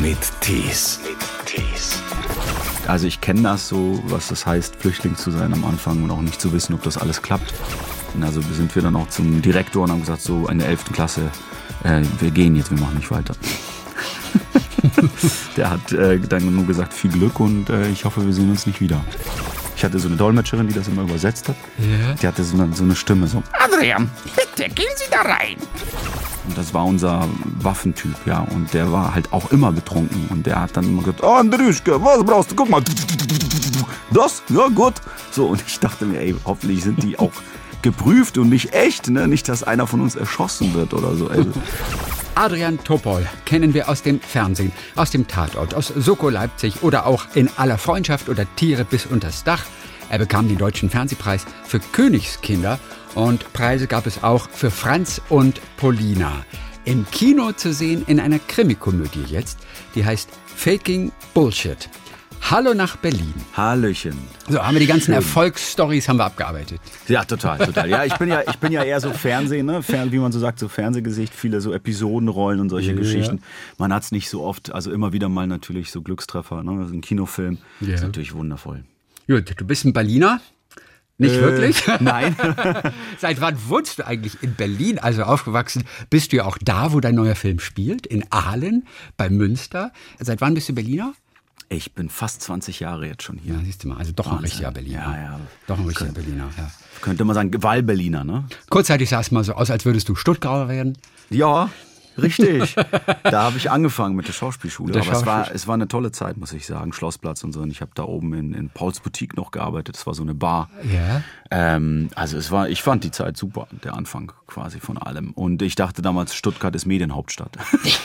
mit Tees. Also ich kenne das so, was das heißt, Flüchtling zu sein am Anfang und auch nicht zu wissen, ob das alles klappt. Und also sind wir dann auch zum Direktor und haben gesagt, so in der 11. Klasse, wir gehen jetzt, wir machen nicht weiter. Der hat dann nur gesagt, viel Glück und ich hoffe, wir sehen uns nicht wieder. Ich hatte so eine Dolmetscherin, die das immer übersetzt hat. Ja. Die hatte so eine Stimme, so, Adrian, bitte, gehen Sie da rein. Und das war unser Waffentyp, ja. Und der war halt auch immer betrunken. Und der hat dann immer gesagt, Andrüschke, was brauchst du? Guck mal. Das? Ja, gut. So, und ich dachte mir, ey, hoffentlich sind die auch geprüft und nicht echt, ne? Nicht, dass einer von uns erschossen wird oder so. Also. Adrian Topol kennen wir aus dem Fernsehen, aus dem Tatort, aus Soko Leipzig oder auch in aller Freundschaft oder Tiere bis unters Dach. Er bekam den Deutschen Fernsehpreis für Königskinder und Preise gab es auch für Franz und Polina. Im Kino zu sehen in einer Krimikomödie jetzt, die heißt Faking Bullshit. Hallo nach Berlin. Hallöchen. So, haben wir die ganzen Erfolgsstories haben wir abgearbeitet. Ja, total. Ja, ich bin ja eher so Fernsehen, ne? Wie man so sagt, so Fernsehgesicht, viele so Episodenrollen und solche Geschichten. Man hat es nicht so oft, also immer wieder mal natürlich so Glückstreffer, ne? Also ein Kinofilm. Das ist natürlich wundervoll. Gut, du bist ein Berliner? Nicht wirklich? Nein. Seit wann wohnst du eigentlich in Berlin? Also aufgewachsen bist du ja auch da, wo dein neuer Film spielt, in Aalen, bei Münster. Seit wann bist du Berliner? Ich bin fast 20 Jahre jetzt schon hier. Ja, siehst du mal, also doch ein richtiger Berliner. Ja. Doch ein richtiger Berliner, ja. Könnte man sagen, Wahlberliner, ne? Kurzzeitig sah es mal so aus, als würdest du Stuttgarter werden. Ja, richtig. Da habe ich angefangen mit der Schauspielschule. Aber es war eine tolle Zeit, muss ich sagen. Schlossplatz und so. Und ich habe da oben in Pauls Boutique noch gearbeitet. Das war so eine Bar. Ja. Also ich fand die Zeit super, der Anfang quasi von allem. Und ich dachte damals, Stuttgart ist Medienhauptstadt.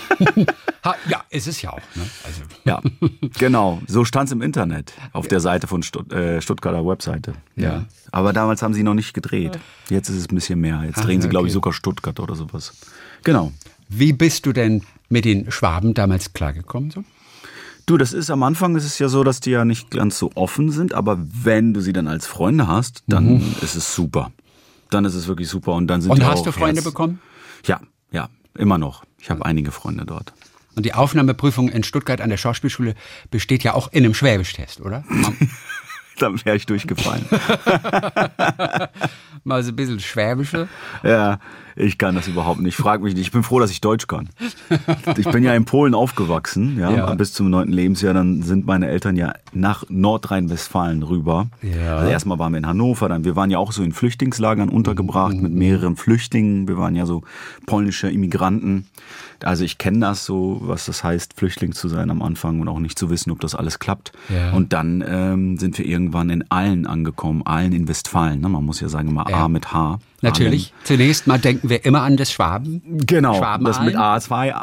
Ja, ist es ja auch. Ne? Also. Ja, genau. So stand es im Internet auf der Seite von Stuttgarter Webseite. Ja. Aber damals haben sie noch nicht gedreht. Jetzt ist es ein bisschen mehr. Jetzt drehen sie, glaube ich, sogar Stuttgart oder sowas. Genau. Wie bist du denn mit den Schwaben damals klargekommen? So? Du, am Anfang ist es ja so, dass die ja nicht ganz so offen sind, aber wenn du sie dann als Freunde hast, dann ist es super. Dann ist es wirklich super und dann sind die auch. Und hast du Freunde bekommen? Ja, immer noch. Ich habe einige Freunde dort. Und die Aufnahmeprüfung in Stuttgart an der Schauspielschule besteht ja auch in einem Schwäbisch-Test, oder? Dann wäre ich durchgefallen. Mal so ein bisschen Schwäbische. Ja, ich kann das überhaupt nicht. Frag mich nicht. Ich bin froh, dass ich Deutsch kann. Ich bin ja in Polen aufgewachsen, ja. Bis zum 9. Lebensjahr. Dann sind meine Eltern ja nach Nordrhein-Westfalen rüber. Ja. Also erstmal waren wir in Hannover, wir waren ja auch so in Flüchtlingslagern untergebracht mit mehreren Flüchtlingen. Wir waren ja so polnische Immigranten. Also ich kenne das so, was das heißt, Flüchtling zu sein am Anfang und auch nicht zu wissen, ob das alles klappt. Ja. Und dann sind wir irgendwann in Aalen angekommen, Aalen in Westfalen. Ne? Man muss ja sagen immer A mit H. Natürlich. Aalen. Zunächst mal denken wir immer an das Schwaben. Genau, das mit A,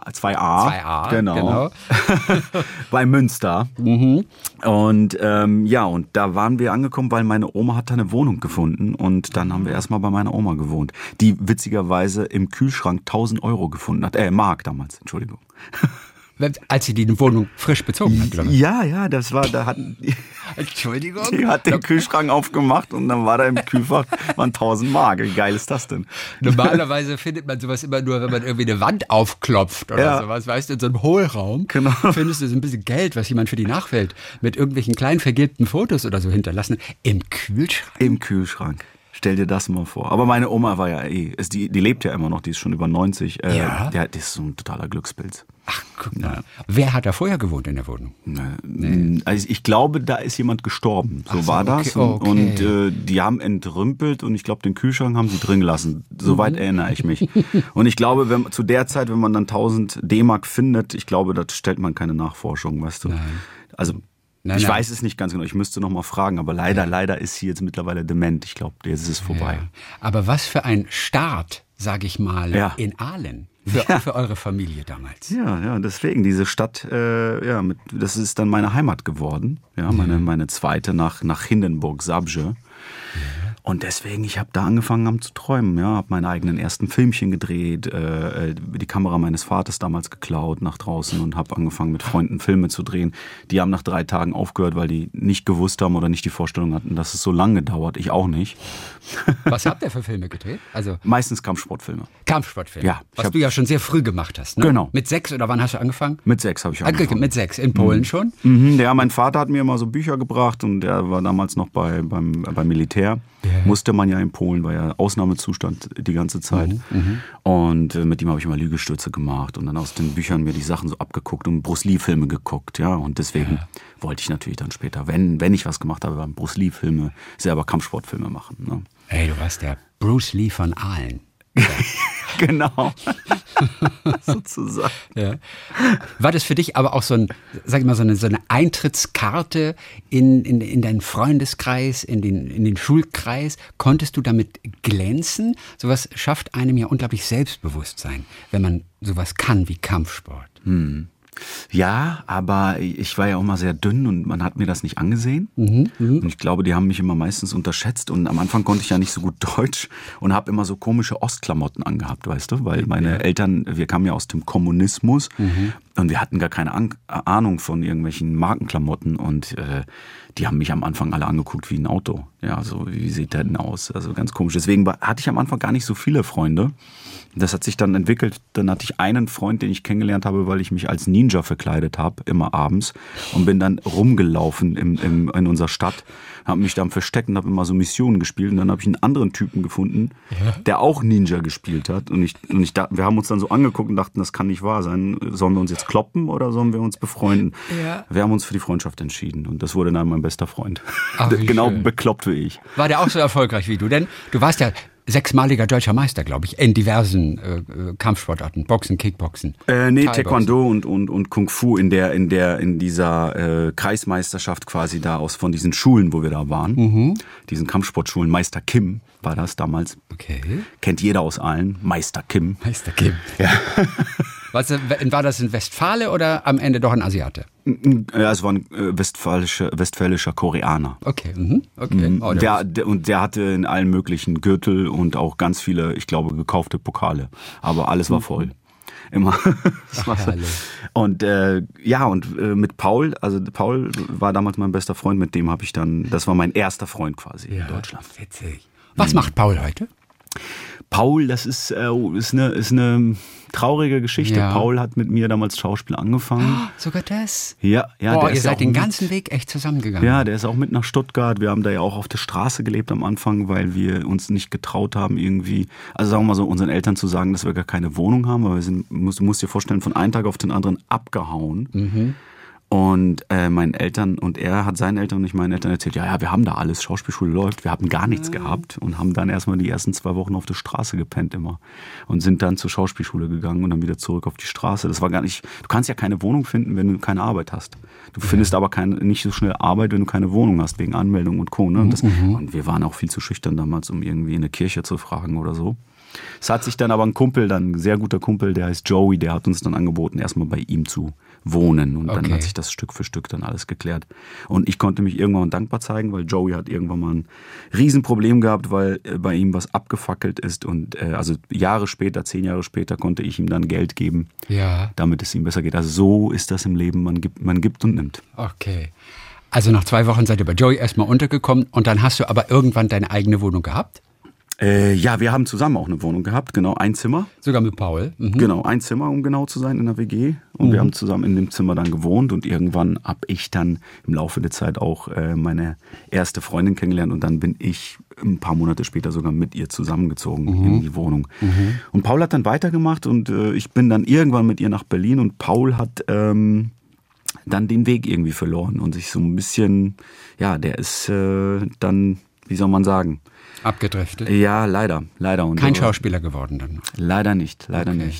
2A. Genau. Bei Münster. Und und da waren wir angekommen, weil meine Oma hat da eine Wohnung gefunden. Und dann haben wir erstmal bei meiner Oma gewohnt, die witzigerweise im Kühlschrank 1.000 Euro gefunden hat. Mark damals, Entschuldigung. Als sie die Wohnung frisch bezogen hat, oder? Ja, da hat Entschuldigung? Die hat den Kühlschrank aufgemacht und dann war da im Kühlfach 1.000 Mark. Wie geil ist das denn? Normalerweise findet man sowas immer nur, wenn man irgendwie eine Wand aufklopft oder sowas, weißt du, in so einem Hohlraum. Genau. Findest du so ein bisschen Geld, was jemand für die Nachwelt mit irgendwelchen kleinen vergilbten Fotos oder so hinterlassen. Im Kühlschrank? Im Kühlschrank. Stell dir das mal vor. Aber meine Oma war ja die lebt ja immer noch, die ist schon über 90. Die ist so ein totaler Glückspilz. Ach, guck mal. Ja. Wer hat da vorher gewohnt in der Wohnung? Nee. Also ich glaube, da ist jemand gestorben. So war das. Okay. Und die haben entrümpelt und ich glaube, den Kühlschrank haben sie drin gelassen. Soweit erinnere ich mich. Und ich glaube, zu der Zeit, wenn man dann 1.000 D-Mark findet, ich glaube, da stellt man keine Nachforschung, weißt du. Nein. Also ich weiß es nicht ganz genau, ich müsste noch mal fragen, aber leider ist sie jetzt mittlerweile dement. Ich glaube, jetzt ist es vorbei. Ja. Aber was für ein Start, sage ich mal, in Aalen. Für eure Familie damals. Ja, deswegen diese Stadt, das ist dann meine Heimat geworden. Ja, meine zweite nach Hindenburg, Zabrze. Ja. Und deswegen, ich habe da angefangen zu träumen. Ja, habe meine eigenen ersten Filmchen gedreht, die Kamera meines Vaters damals geklaut nach draußen und habe angefangen mit Freunden Filme zu drehen. Die haben nach 3 Tagen aufgehört, weil die nicht gewusst haben oder nicht die Vorstellung hatten, dass es so lange dauert. Ich auch nicht. Was habt ihr für Filme gedreht? Also meistens Kampfsportfilme. Kampfsportfilme? Ja. Was du ja schon sehr früh gemacht hast, ne? Genau. Mit 6 oder wann hast du angefangen? Mit 6 habe ich angefangen. Mit 6, in Polen schon? Ja, mein Vater hat mir immer so Bücher gebracht und der war damals noch beim Militär. Musste man ja in Polen, war ja Ausnahmezustand die ganze Zeit. Und mit ihm habe ich immer Liegestütze gemacht und dann aus den Büchern mir die Sachen so abgeguckt und Bruce Lee-Filme geguckt. Ja, und deswegen wollte ich natürlich dann später, wenn ich was gemacht habe, beim Bruce Lee-Filme, selber Kampfsportfilme machen. Ne? Ey, du warst der Bruce Lee von Aalen. Genau. Sozusagen. Ja. War das für dich aber auch so eine Eintrittskarte in deinen Freundeskreis, in den Schulkreis? Konntest du damit glänzen? Sowas schafft einem ja unglaublich Selbstbewusstsein, wenn man sowas kann wie Kampfsport. Ja, aber ich war ja auch mal sehr dünn und man hat mir das nicht angesehen. Und ich glaube, die haben mich immer meistens unterschätzt. Und am Anfang konnte ich ja nicht so gut Deutsch und habe immer so komische Ostklamotten angehabt, weißt du? Weil meine Eltern, wir kamen ja aus dem Kommunismus und wir hatten gar keine Ahnung von irgendwelchen Markenklamotten. Und die haben mich am Anfang alle angeguckt wie ein Auto. Ja, so wie sieht der denn aus? Also ganz komisch. Deswegen hatte ich am Anfang gar nicht so viele Freunde. Das hat sich dann entwickelt. Dann hatte ich einen Freund, den ich kennengelernt habe, weil ich mich als Ninja verkleidet habe, immer abends. Und bin dann rumgelaufen in unserer Stadt, habe mich dann versteckt und habe immer so Missionen gespielt. Und dann habe ich einen anderen Typen gefunden, der auch Ninja gespielt hat. Und wir haben uns dann so angeguckt und dachten, das kann nicht wahr sein. Sollen wir uns jetzt kloppen oder sollen wir uns befreunden? Ja. Wir haben uns für die Freundschaft entschieden. Und das wurde dann mein bester Freund. Ach, genau schön. Bekloppt wie ich. War der auch so erfolgreich wie du? Denn du warst ja 6-maliger deutscher Meister, glaube ich, in diversen Kampfsportarten, Boxen, Kickboxen. Taekwondo und Kung Fu in dieser Kreismeisterschaft quasi da von diesen Schulen, wo wir da waren. Diesen Kampfsportschulen. Meister Kim war das damals. Okay. Kennt jeder aus Aalen. Meister Kim. Meister Kim. Ja. War das in Westfale oder am Ende doch ein Asiate? Ja, es war ein westfälischer Koreaner. Okay. Okay. Oh, der hatte in allen möglichen Gürtel und auch ganz viele, ich glaube, gekaufte Pokale. Aber alles war voll. Immer. Und mit Paul, also Paul war damals mein bester Freund, mit dem habe ich dann, das war mein erster Freund quasi in Deutschland. Witzig. Was macht Paul heute? Paul, das ist eine traurige Geschichte. Ja. Paul hat mit mir damals Schauspiel angefangen. Oh, sogar das? Ja. Boah, ihr seid den ganzen Weg echt zusammengegangen. Ja, der ist auch mit nach Stuttgart. Wir haben da ja auch auf der Straße gelebt am Anfang, weil wir uns nicht getraut haben irgendwie, also sagen wir mal so, unseren Eltern zu sagen, dass wir gar keine Wohnung haben. Aber du musst dir vorstellen, von einem Tag auf den anderen abgehauen. Und meine Eltern und er hat seinen Eltern und ich meinen Eltern erzählt, ja, wir haben da alles, Schauspielschule läuft, wir haben gar nichts gehabt und haben dann erstmal die ersten 2 Wochen auf der Straße gepennt immer und sind dann zur Schauspielschule gegangen und dann wieder zurück auf die Straße. Das war gar nicht, du kannst ja keine Wohnung finden, wenn du keine Arbeit hast. Du findest aber nicht so schnell Arbeit, wenn du keine Wohnung hast, wegen Anmeldung und Co. Ne? Und wir waren auch viel zu schüchtern damals, um irgendwie in eine Kirche zu fragen oder so. Es hat sich dann aber ein sehr guter Kumpel, der heißt Joey, der hat uns dann angeboten, erstmal bei ihm zu wohnen. Und dann hat sich das Stück für Stück dann alles geklärt. Und ich konnte mich irgendwann dankbar zeigen, weil Joey hat irgendwann mal ein Riesenproblem gehabt, weil bei ihm was abgefackelt ist. Und also 10 Jahre später konnte ich ihm dann Geld geben, damit es ihm besser geht. Also so ist das im Leben, man gibt und nimmt. Okay. Also nach 2 Wochen seid ihr bei Joey erstmal untergekommen und dann hast du aber irgendwann deine eigene Wohnung gehabt? Ja, wir haben zusammen auch eine Wohnung gehabt, genau, ein Zimmer. Sogar mit Paul? Genau, ein Zimmer, um genau zu sein, in der WG. Und wir haben zusammen in dem Zimmer dann gewohnt und irgendwann habe ich dann im Laufe der Zeit auch meine erste Freundin kennengelernt und dann bin ich ein paar Monate später sogar mit ihr zusammengezogen in die Wohnung. Und Paul hat dann weitergemacht und ich bin dann irgendwann mit ihr nach Berlin und Paul hat dann den Weg irgendwie verloren und sich so ein bisschen, ja, der ist dann, wie soll man sagen, abgedriftet? Ja, leider. Und kein Schauspieler geworden dann noch? Leider nicht,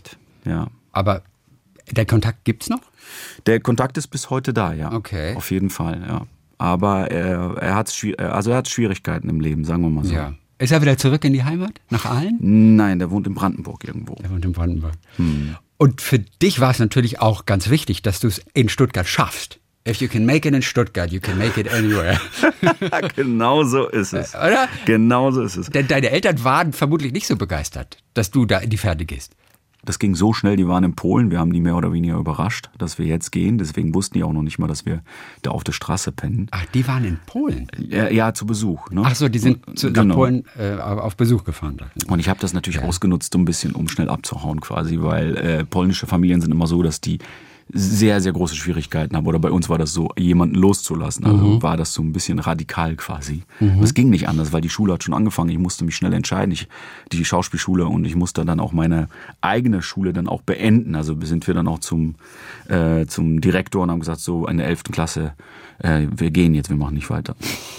ja. Aber der Kontakt gibt's noch? Der Kontakt ist bis heute da, ja. Okay. Auf jeden Fall, ja. Aber er hat Schwierigkeiten im Leben, sagen wir mal so. Ja. Ist er wieder zurück in die Heimat, nach Aalen? Nein, der wohnt in Brandenburg irgendwo. Und für dich war es natürlich auch ganz wichtig, dass du es in Stuttgart schaffst. If you can make it in Stuttgart, you can make it anywhere. Genau so ist es. Oder? Genau so ist es. Denn deine Eltern waren vermutlich nicht so begeistert, dass du da in die Ferne gehst. Das ging so schnell, die waren in Polen, wir haben die mehr oder weniger überrascht, dass wir jetzt gehen. Deswegen wussten die auch noch nicht mal, dass wir da auf der Straße pennen. Ach, die waren in Polen? Ja, zu Besuch. Ne? Ach so, die sind nach Polen auf Besuch gefahren. Und ich habe das natürlich ausgenutzt, so ein bisschen, um schnell abzuhauen quasi, weil polnische Familien sind immer so, dass die sehr, sehr große Schwierigkeiten haben. Oder bei uns war das so, jemanden loszulassen. Also war das so ein bisschen radikal quasi. Es ging nicht anders, weil die Schule hat schon angefangen. Ich musste mich schnell entscheiden. Die Schauspielschule, und ich musste dann auch meine eigene Schule dann auch beenden. Also sind wir dann auch zum Direktor und haben gesagt, so in der 11. Klasse, wir gehen jetzt, wir machen nicht weiter.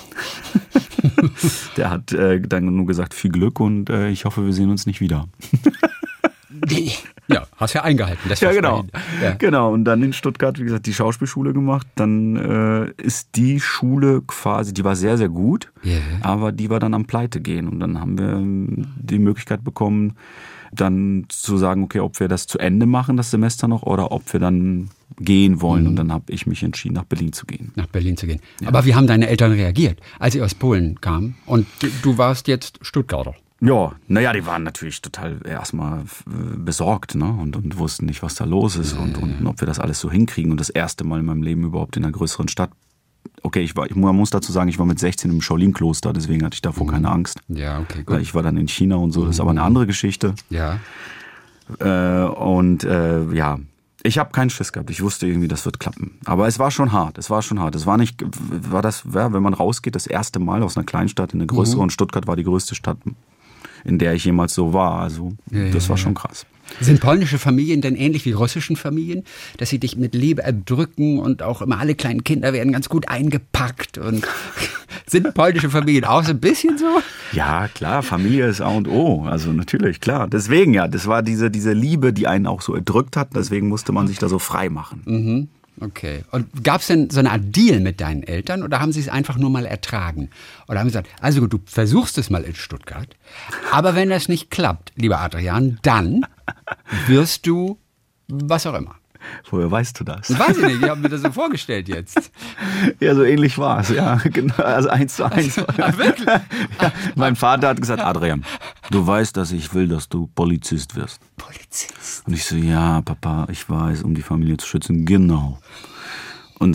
Der hat dann nur gesagt, viel Glück und ich hoffe, wir sehen uns nicht wieder. Ja, hast ja eingehalten. Das ja, genau. Ja. Genau. Und dann in Stuttgart, wie gesagt, die Schauspielschule gemacht. Dann ist die Schule quasi, die war sehr, sehr gut, aber die war dann am Pleite gehen. Und dann haben wir die Möglichkeit bekommen, dann zu sagen, okay, ob wir das zu Ende machen, das Semester noch, oder ob wir dann gehen wollen. Und dann habe ich mich entschieden, nach Berlin zu gehen. Nach Berlin zu gehen. Ja. Aber wie haben deine Eltern reagiert, als sie aus Polen kamen? Und du warst jetzt Stuttgarter. Ja, naja, die waren natürlich total erstmal besorgt, ne? Und wussten nicht, was da los ist und ob wir das alles so hinkriegen. Und das erste Mal in meinem Leben überhaupt in einer größeren Stadt. Okay, man muss dazu sagen, ich war mit 16 im Shaolin-Kloster, deswegen hatte ich davor keine Angst. Ja, okay, gut. Ich war dann in China und so, das ist aber eine andere Geschichte. Ja. Ich habe keinen Schiss gehabt. Ich wusste irgendwie, das wird klappen. Aber es war schon hart. Es war nicht, wenn man rausgeht, das erste Mal aus einer Kleinstadt in eine größere, und Stuttgart war die größte Stadt, in der ich jemals so war. Also das war schon krass. Sind polnische Familien denn ähnlich wie russischen Familien, dass sie dich mit Liebe erdrücken und auch immer alle kleinen Kinder werden ganz gut eingepackt? Und sind polnische Familien auch so ein bisschen so? Ja, klar, Familie ist A und O. Also natürlich, klar. Deswegen das war diese Liebe, die einen auch so erdrückt hat. Deswegen musste man sich da so frei machen. Mhm. Okay. Und gab es denn so eine Art Deal mit deinen Eltern oder haben sie es einfach nur mal ertragen? Oder haben sie gesagt, also gut, du versuchst es mal in Stuttgart, aber wenn das nicht klappt, lieber Adrian, dann wirst du was auch immer. Woher weißt du das? Weiß ich nicht, ich habe mir das so vorgestellt jetzt. Ja, so ähnlich war es, ja, genau, also 1:1. Ach, wirklich? Ja, mein Vater hat gesagt, Adrian, du weißt, dass ich will, dass du Polizist wirst. Polizist? Und ich so, ja, Papa, ich weiß, um die Familie zu schützen, genau. Und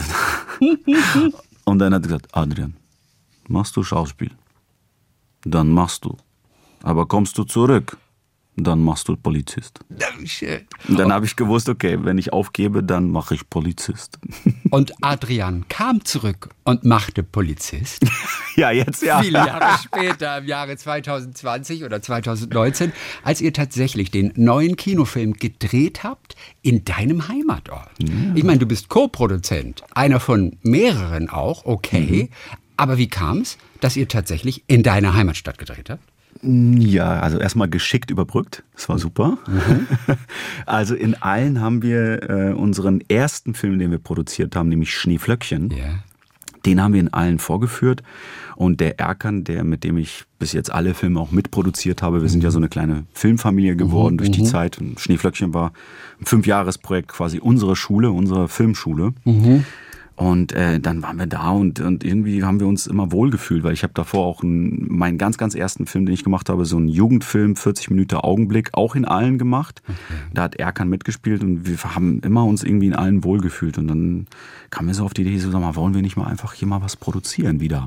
dann hat er gesagt, Adrian, machst du Schauspiel, dann machst du. Aber kommst du zurück, dann machst du Polizist. Dankeschön. Und dann habe ich gewusst, okay, wenn ich aufgebe, dann mache ich Polizist. Und Adrian kam zurück und machte Polizist. Ja, jetzt ja. Viele Jahre später, im Jahre 2020 oder 2019, als ihr tatsächlich den neuen Kinofilm gedreht habt in deinem Heimatort. Ja. Ich meine, du bist Co-Produzent, einer von mehreren auch, okay. Aber wie kam es, dass ihr tatsächlich in deiner Heimatstadt gedreht habt? Ja, also erstmal geschickt überbrückt. Das war super. Also in allen haben wir unseren ersten Film, den wir produziert haben, nämlich Schneeflöckchen. Yeah. Den haben wir in allen vorgeführt. Und der Erkan, mit dem ich bis jetzt alle Filme auch mitproduziert habe, wir sind ja so eine kleine Filmfamilie geworden durch die Zeit. Und Schneeflöckchen war ein 5-Jahres-Projekt, quasi unsere Schule, unsere Filmschule. Und dann waren wir da und irgendwie haben wir uns immer wohlgefühlt, weil ich habe davor auch meinen ganz, ganz ersten Film, den ich gemacht habe, so einen Jugendfilm, 40 Minuten Augenblick, auch in allen gemacht. Okay. Da hat Erkan mitgespielt und wir haben immer uns irgendwie in allen wohlgefühlt. Und dann kam mir so auf die Idee, so, sag mal, wollen wir nicht mal einfach hier mal was produzieren wieder?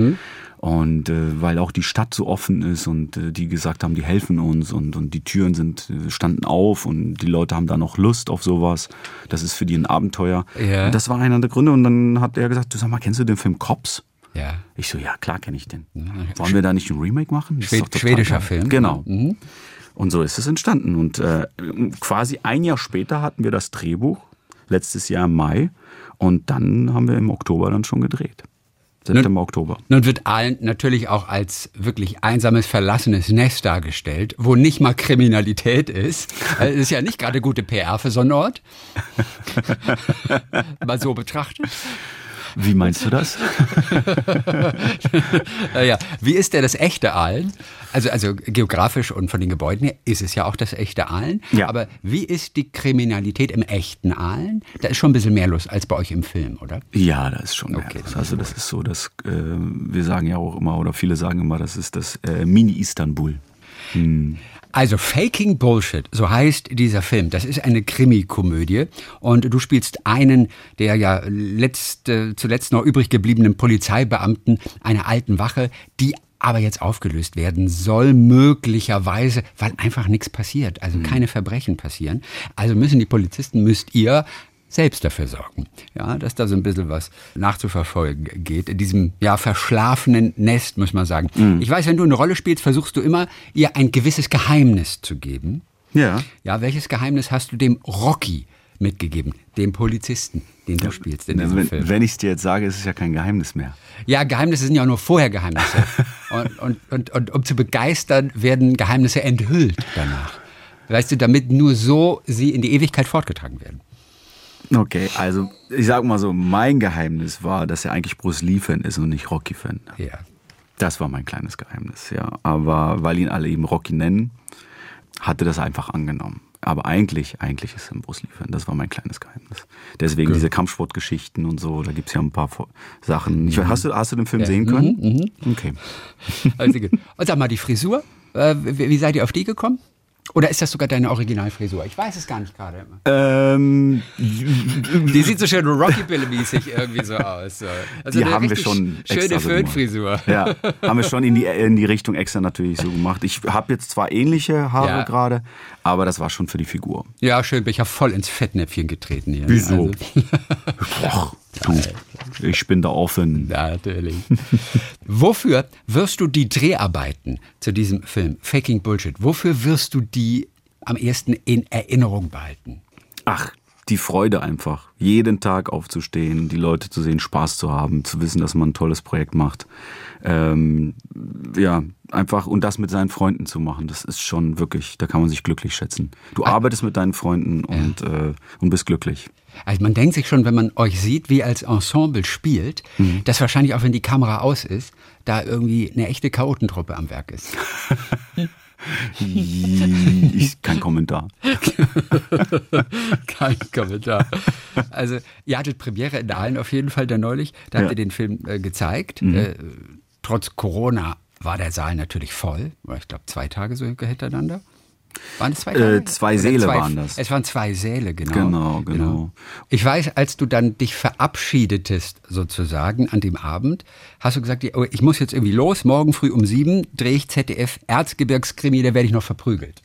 Und weil auch die Stadt so offen ist und die gesagt haben, die helfen uns und die Türen standen auf und die Leute haben da noch Lust auf sowas. Das ist für die ein Abenteuer. Ja. Und das war einer der Gründe. Und dann hat er gesagt, du sag mal, kennst du den Film Cops? Ja. Ich so, ja klar kenne ich den. Wollen wir da nicht ein Remake machen? Schwedischer Film. Genau. Und so ist es entstanden. Und quasi ein Jahr später hatten wir das Drehbuch, letztes Jahr im Mai. Und dann haben wir im Oktober dann schon gedreht. September, Oktober. Nun wird Aalen natürlich auch als wirklich einsames, verlassenes Nest dargestellt, wo nicht mal Kriminalität ist. Das ist ja nicht gerade gute PR für so einen Ort. Mal so betrachtet. Wie meinst du das? Naja, wie ist der das echte Aalen? Also geografisch und von den Gebäuden her ist es ja auch das echte Aalen. Ja. Aber wie ist die Kriminalität im echten Aalen? Da ist schon ein bisschen mehr los als bei euch im Film, oder? Ja, da ist schon mehr Okay, los. Also das ist so, dass wir sagen ja auch immer, oder viele sagen immer, das ist das Mini-Istanbul. Also Faking Bullshit, so heißt dieser Film. Das ist eine Krimikomödie und du spielst einen der ja zuletzt noch übrig gebliebenen Polizeibeamten einer alten Wache, die aber jetzt aufgelöst werden soll, möglicherweise, weil einfach nichts passiert, also keine Verbrechen passieren. Also müsst ihr selbst dafür sorgen, ja, dass da so ein bisschen was nachzuverfolgen geht, in diesem verschlafenen Nest, muss man sagen. Ich weiß, wenn du eine Rolle spielst, versuchst du immer, ihr ein gewisses Geheimnis zu geben. Ja. Ja, welches Geheimnis hast du dem Rocky mitgegeben, dem Polizisten, den du spielst in diesem Film? Wenn ich es dir jetzt sage, ist es ja kein Geheimnis mehr. Ja, Geheimnisse sind ja auch nur vorher Geheimnisse. und um zu begeistern, werden Geheimnisse enthüllt danach. Weißt du, damit nur so sie in die Ewigkeit fortgetragen werden. Okay, also ich sag mal so, mein Geheimnis war, dass er eigentlich Bruce Lee-Fan ist und nicht Rocky-Fan. Ja. Das war mein kleines Geheimnis, ja. Aber weil ihn alle eben Rocky nennen, hatte das einfach angenommen. Aber eigentlich ist er ein Bruce Lee-Fan. Das war mein kleines Geheimnis. Deswegen diese Kampfsportgeschichten und so, da gibt es ja ein paar Sachen. Hast du den Film sehen können? Okay. Also gut. Und sag mal, die Frisur, wie seid ihr auf die gekommen? Oder ist das sogar deine Originalfrisur? Ich weiß es gar nicht gerade immer. Die sieht so schön Rockabilly-mäßig irgendwie so aus. Also die haben wir schon schöne Föhnfrisur. Ja, haben wir schon in die Richtung extra natürlich so gemacht. Ich habe jetzt zwar ähnliche Haare gerade, aber das war schon für die Figur. Ja, schön, bin ich ja voll ins Fettnäpfchen getreten hier. Wieso? Ich bin da offen. Ja, natürlich. Wofür wirst du die Dreharbeiten zu diesem Film, Faking Bullshit, wofür wirst du die am ehesten in Erinnerung behalten? Ach, die Freude einfach. Jeden Tag aufzustehen, die Leute zu sehen, Spaß zu haben, zu wissen, dass man ein tolles Projekt macht. Einfach und das mit seinen Freunden zu machen, das ist schon wirklich, da kann man sich glücklich schätzen. Du arbeitest mit deinen Freunden und bist glücklich. Also man denkt sich schon, wenn man euch sieht, wie als Ensemble spielt, dass wahrscheinlich auch wenn die Kamera aus ist, da irgendwie eine echte Chaotentruppe am Werk ist. Kein Kommentar. Kein Kommentar. Also ihr hattet Premiere in Aalen auf jeden Fall da neulich, da habt ihr den Film gezeigt. Trotz Corona war der Saal natürlich voll. Ich glaube 2 Tage so hintereinander. Waren es 2 Tage? 2 Säle waren das. Es waren 2 Säle, genau. Genau. Ich weiß, als du dann dich verabschiedetest sozusagen an dem Abend, hast du gesagt, oh, ich muss jetzt irgendwie los, morgen früh um 7 drehe ich ZDF Erzgebirgskrimi, da werde ich noch verprügelt.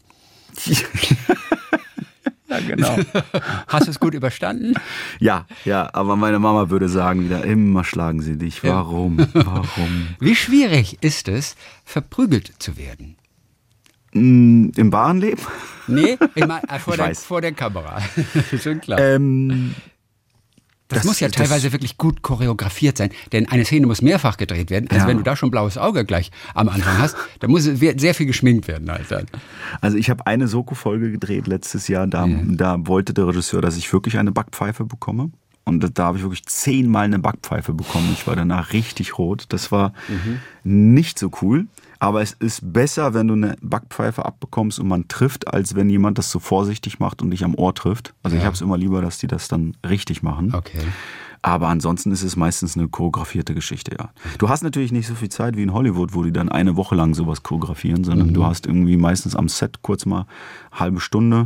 Ja, genau. Hast du es gut überstanden? Ja, aber meine Mama würde sagen wieder, immer schlagen sie dich. Warum? Wie schwierig ist es, verprügelt zu werden? Im wahren Leben? Nee, ich meine vor der Kamera. Schon klar. Das muss ja teilweise wirklich gut choreografiert sein, denn eine Szene muss mehrfach gedreht werden. Also wenn du da schon blaues Auge gleich am Anfang hast, dann muss sehr viel geschminkt werden halt dann. Also ich habe eine Soko-Folge gedreht letztes Jahr, da wollte der Regisseur, dass ich wirklich eine Backpfeife bekomme. Und da habe ich wirklich 10-mal eine Backpfeife bekommen. Ich war danach richtig rot. Das war nicht so cool. Aber es ist besser, wenn du eine Backpfeife abbekommst und man trifft, als wenn jemand das so vorsichtig macht und dich am Ohr trifft. Also ich habe es immer lieber, dass die das dann richtig machen. Okay. Aber ansonsten ist es meistens eine choreografierte Geschichte, ja. Du hast natürlich nicht so viel Zeit wie in Hollywood, wo die dann eine Woche lang sowas choreografieren, sondern du hast irgendwie meistens am Set kurz mal eine halbe Stunde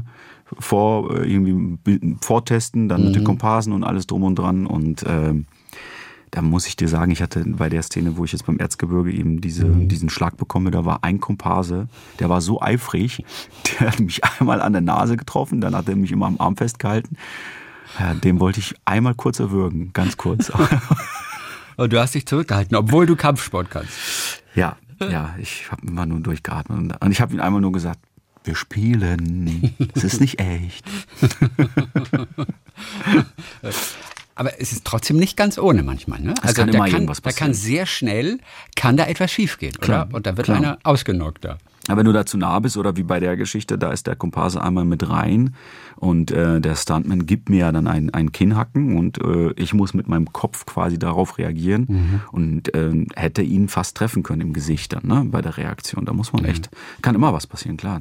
vortesten, dann mit den Komparsen und alles drum und dran. Und da muss ich dir sagen, ich hatte bei der Szene, wo ich jetzt beim Erzgebirge eben diesen Schlag bekomme, da war ein Komparse, der war so eifrig, der hat mich einmal an der Nase getroffen, dann hat er mich immer am Arm festgehalten. Ja, dem wollte ich einmal kurz erwürgen, ganz kurz. Und du hast dich zurückgehalten, obwohl du Kampfsport kannst. Ja, ich habe immer nur durchgeatmet. Und ich habe ihm einmal nur gesagt, wir spielen, es ist nicht echt. Aber es ist trotzdem nicht ganz ohne manchmal. Ne? Also kann immer irgendwas passieren. Da kann sehr schnell, da etwas schiefgehen, oder? Und da wird einer ausgenockt da. Aber wenn du da zu nah bist oder wie bei der Geschichte, da ist der Komparse einmal mit rein und der Stuntman gibt mir ja dann ein Kinnhacken und ich muss mit meinem Kopf quasi darauf reagieren und hätte ihn fast treffen können im Gesicht dann, ne, bei der Reaktion. Da muss man echt, kann immer was passieren, klar.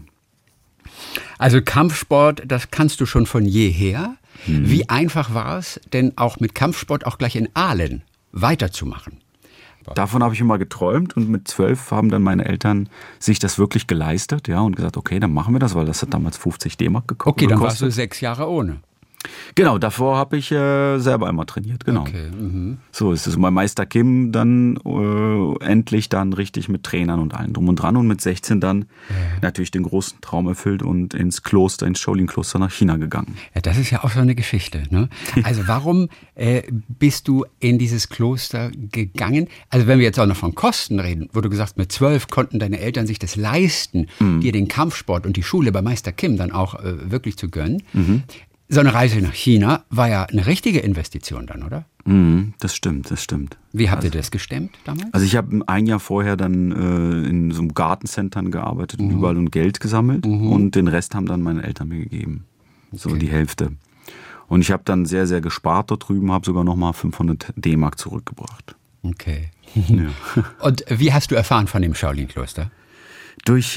Also Kampfsport, das kannst du schon von jeher. Wie einfach war es denn auch mit Kampfsport auch gleich in Aalen weiterzumachen? Davon habe ich immer geträumt und mit 12 haben dann meine Eltern sich das wirklich geleistet, ja, und gesagt, okay, dann machen wir das, weil das hat damals 50 D-Mark gekostet. Okay, dann warst du 6 Jahre ohne. Genau, davor habe ich selber einmal trainiert, genau. Okay, so ist es. Mein Meister Kim dann endlich dann richtig mit Trainern und allem drum und dran und mit 16 dann natürlich den großen Traum erfüllt und ins Shaolin-Kloster nach China gegangen. Ja, das ist ja auch so eine Geschichte, ne? Also warum bist du in dieses Kloster gegangen? Also wenn wir jetzt auch noch von Kosten reden, wo du gesagt hast, mit 12 konnten deine Eltern sich das leisten, dir den Kampfsport und die Schule bei Meister Kim dann auch wirklich zu gönnen. So eine Reise nach China war ja eine richtige Investition dann, oder? Das stimmt. Wie habt ihr das gestemmt damals? Also ich habe ein Jahr vorher dann in so einem Gartencentern gearbeitet und überall Geld gesammelt und den Rest haben dann meine Eltern mir gegeben. So die Hälfte. Und ich habe dann sehr, sehr gespart dort drüben, habe sogar nochmal 500 D-Mark zurückgebracht. Okay. Ja. Und wie hast du erfahren von dem Shaolin-Kloster? Durch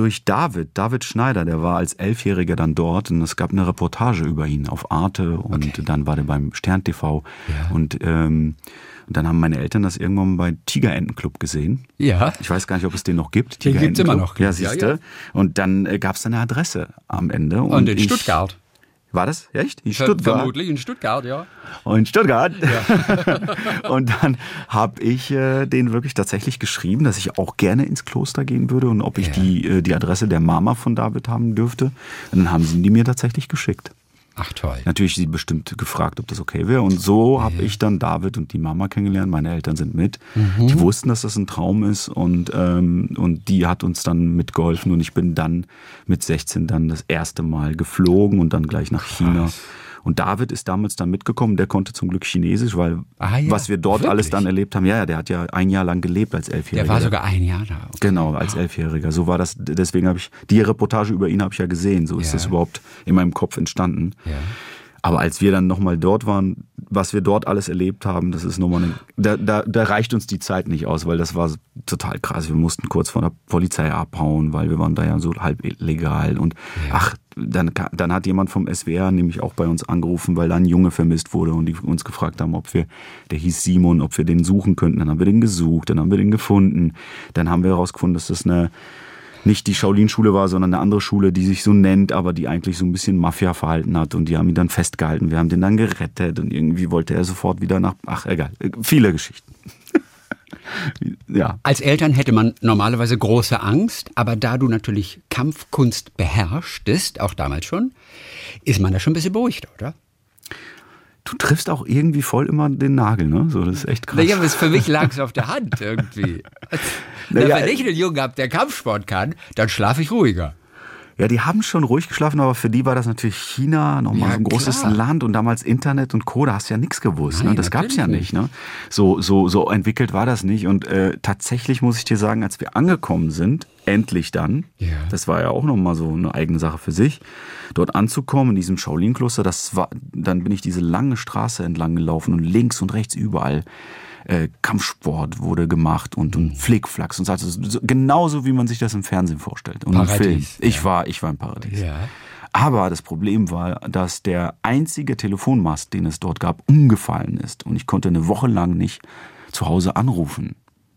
David Schneider, der war als 11-Jähriger dann dort und es gab eine Reportage über ihn auf Arte und dann war der beim Stern TV und dann haben meine Eltern das irgendwann bei Tigerentenclub gesehen. Ja. Ich weiß gar nicht, ob es den noch gibt. Den gibt es immer noch. Ja, siehste. Ja. Und dann gab es eine Adresse am Ende. Und in Stuttgart. War das? Echt? In Stuttgart? Vermutlich in Stuttgart, ja. Und in Stuttgart. Ja. Und dann habe ich denen wirklich tatsächlich geschrieben, dass ich auch gerne ins Kloster gehen würde und ob ich die Adresse der Mama von David haben dürfte. Und dann haben sie die mir tatsächlich geschickt. Ach toll. Natürlich sie bestimmt gefragt, ob das okay wäre. Und so habe ich dann David und die Mama kennengelernt. Meine Eltern sind mit. Die wussten, dass das ein Traum ist und die hat uns dann mitgeholfen. Und ich bin dann mit 16 dann das erste Mal geflogen und dann gleich nach China. Und David ist damals dann mitgekommen, der konnte zum Glück Chinesisch, weil was wir dort alles dann erlebt haben, der hat ja ein Jahr lang gelebt als 11-Jähriger. Der war sogar ein Jahr da. Okay. Genau, als 11-Jähriger. So war das, deswegen habe ich, die Reportage über ihn habe ich ja gesehen, so ist das überhaupt in meinem Kopf entstanden. Ja. Aber als wir dann nochmal dort waren, was wir dort alles erlebt haben, das ist nochmal da reicht uns die Zeit nicht aus, weil das war total krass. Wir mussten kurz von der Polizei abhauen, weil wir waren da ja so halb illegal. Und dann hat jemand vom SWR nämlich auch bei uns angerufen, weil da ein Junge vermisst wurde und die uns gefragt haben, der hieß Simon, ob wir den suchen könnten. Dann haben wir den gesucht, dann haben wir den gefunden. Dann haben wir herausgefunden, dass das nicht die Shaolin-Schule war, sondern eine andere Schule, die sich so nennt, aber die eigentlich so ein bisschen Mafia-Verhalten hat und die haben ihn dann festgehalten. Wir haben den dann gerettet und irgendwie wollte er sofort wieder egal, viele Geschichten. Ja. Als Eltern hätte man normalerweise große Angst, aber da du natürlich Kampfkunst beherrschtest, auch damals schon, ist man da schon ein bisschen beruhigt, oder? Du triffst auch irgendwie voll immer den Nagel, ne? So, das ist echt krass. Naja, für mich lag es auf der Hand irgendwie. Wenn ich einen Jungen habe, der Kampfsport kann, dann schlafe ich ruhiger. Ja, die haben schon ruhig geschlafen, aber für die war das natürlich China, nochmal so ein großes Land und damals Internet und Co., da hast du ja nichts gewusst. Nein, ne? Das gab's ja nicht. Ne? So entwickelt war das nicht. Und tatsächlich muss ich dir sagen, als wir angekommen sind, endlich dann, das war ja auch nochmal so eine eigene Sache für sich, dort anzukommen in diesem Shaolin-Kloster, dann bin ich diese lange Straße entlang gelaufen und links und rechts überall Kampfsport wurde gemacht und Flickflacks und so, also genauso wie man sich das im Fernsehen vorstellt und Paradies, im Film. Ich war im Paradies. Ja. Aber das Problem war, dass der einzige Telefonmast, den es dort gab, umgefallen ist und ich konnte eine Woche lang nicht zu Hause anrufen.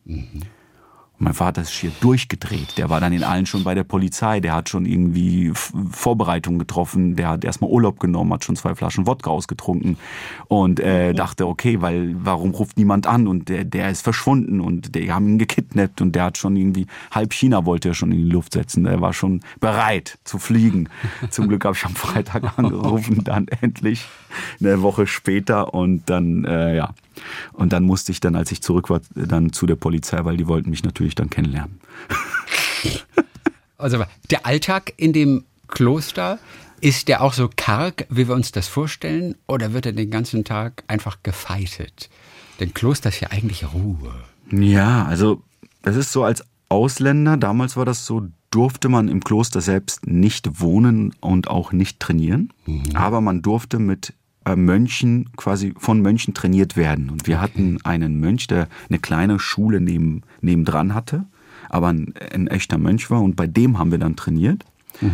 Mein Vater ist schier durchgedreht. Der war dann in Aalen schon bei der Polizei. Der hat schon irgendwie Vorbereitungen getroffen. Der hat erstmal Urlaub genommen, hat schon 2 Flaschen Wodka ausgetrunken und dachte, okay, warum ruft niemand an? Und der ist verschwunden und die haben ihn gekidnappt und der hat schon irgendwie halb China wollte er schon in die Luft setzen. Der war schon bereit zu fliegen. Zum Glück habe ich am Freitag angerufen, dann endlich eine Woche später und dann, Und dann musste ich dann, als ich zurück war, dann zu der Polizei, weil die wollten mich natürlich dann kennenlernen. Also der Alltag in dem Kloster, Ist der auch so karg, wie wir uns das vorstellen, oder wird er den ganzen Tag einfach gefeitet? Denn Kloster ist ja eigentlich Ruhe. Ja, also es ist so, als Ausländer, damals war das so, durfte man im Kloster selbst nicht wohnen und auch nicht trainieren. Aber man durfte mit Mönchen, quasi von Mönchen trainiert werden. Und wir hatten einen Mönch, der eine kleine Schule nebendran hatte, aber ein echter Mönch war. Und bei dem haben wir dann trainiert.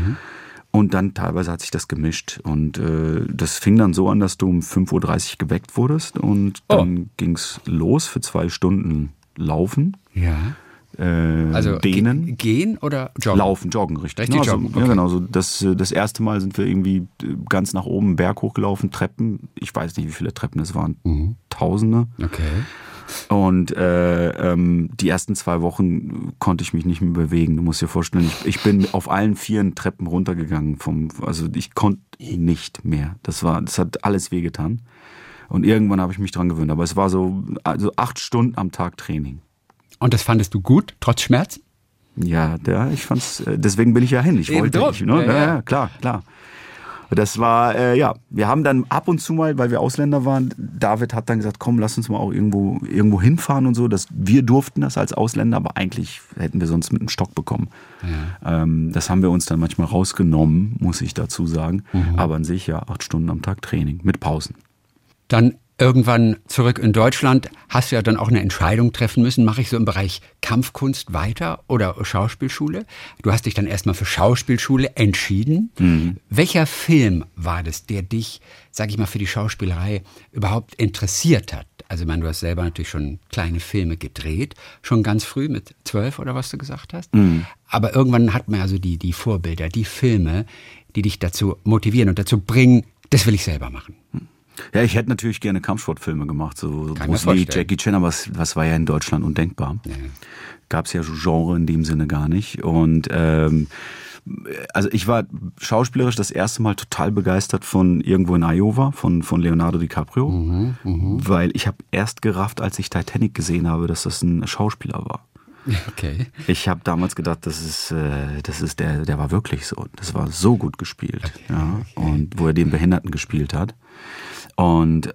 Und dann teilweise hat sich das gemischt. Und das fing dann so an, dass du um 5.30 Uhr geweckt wurdest. Und dann ging's los für 2 Stunden Laufen. Ja. Also dehnen. Gehen oder joggen? Laufen, joggen, richtig. Richtig joggen, okay. Ja, genau. So das erste Mal sind wir irgendwie ganz nach oben, Berg hochgelaufen, Treppen. Ich weiß nicht, wie viele Treppen es waren. Tausende. Okay. Und die ersten 2 Wochen konnte ich mich nicht mehr bewegen. Du musst dir vorstellen, ich bin auf allen 4 Treppen runtergegangen. Also ich konnte nicht mehr. Das hat alles wehgetan. Und irgendwann habe ich mich dran gewöhnt. Aber es war so 8 Stunden am Tag Training. Und das fandest du gut, trotz Schmerzen? Ja, ich fand's, deswegen bin ich ja hin. Ich wollte nicht, ne? Ja, klar. Das war, wir haben dann ab und zu mal, weil wir Ausländer waren, David hat dann gesagt, komm, lass uns mal auch irgendwo hinfahren und so. Wir durften das als Ausländer, aber eigentlich hätten wir sonst mit einem Stock bekommen. Ja. Das haben wir uns dann manchmal rausgenommen, muss ich dazu sagen. Aber an sich 8 Stunden am Tag Training mit Pausen. Dann irgendwann zurück in Deutschland hast du ja dann auch eine Entscheidung treffen müssen. Mache ich so im Bereich Kampfkunst weiter oder Schauspielschule? Du hast dich dann erstmal für Schauspielschule entschieden. Welcher Film war das, der dich, sag ich mal, für die Schauspielerei überhaupt interessiert hat? Also ich meine, du hast selber natürlich schon kleine Filme gedreht, schon ganz früh mit 12 oder was du gesagt hast. Aber irgendwann hat man also die Vorbilder, die Filme, die dich dazu motivieren und dazu bringen, das will ich selber machen. Ja, ich hätte natürlich gerne Kampfsportfilme gemacht, so Bruce Lee, Jackie Chan, aber das war ja in Deutschland undenkbar. Ja. Gab es ja so Genre in dem Sinne gar nicht. Und also ich war schauspielerisch das erste Mal total begeistert von Irgendwo in Iowa, von Leonardo DiCaprio, weil ich habe erst gerafft, als ich Titanic gesehen habe, dass das ein Schauspieler war. Okay. Ich habe damals gedacht, der war wirklich so. Das war so gut gespielt. Okay. Ja, und wo er den Behinderten gespielt hat. Und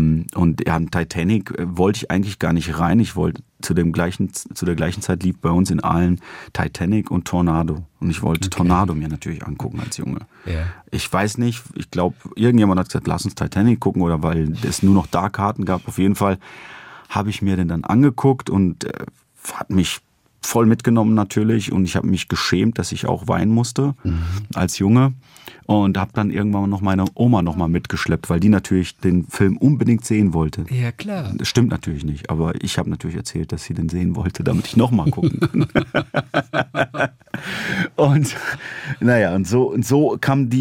in Titanic wollte ich eigentlich gar nicht rein. Ich wollte zu der gleichen Zeit lief bei uns in Aalen Titanic und Tornado. Und ich wollte Tornado mir natürlich angucken als Junge. Ja. Ich weiß nicht, ich glaube, irgendjemand hat gesagt, lass uns Titanic gucken, oder weil es nur noch da Karten gab. Auf jeden Fall habe ich mir den dann angeguckt und hat mich voll mitgenommen natürlich, und ich habe mich geschämt, dass ich auch weinen musste als Junge, und habe dann irgendwann noch meine Oma noch mal mitgeschleppt, weil die natürlich den Film unbedingt sehen wollte. Ja, klar. Das stimmt natürlich nicht, aber ich habe natürlich erzählt, dass sie den sehen wollte, damit ich noch mal gucken kann. Und naja, und so kam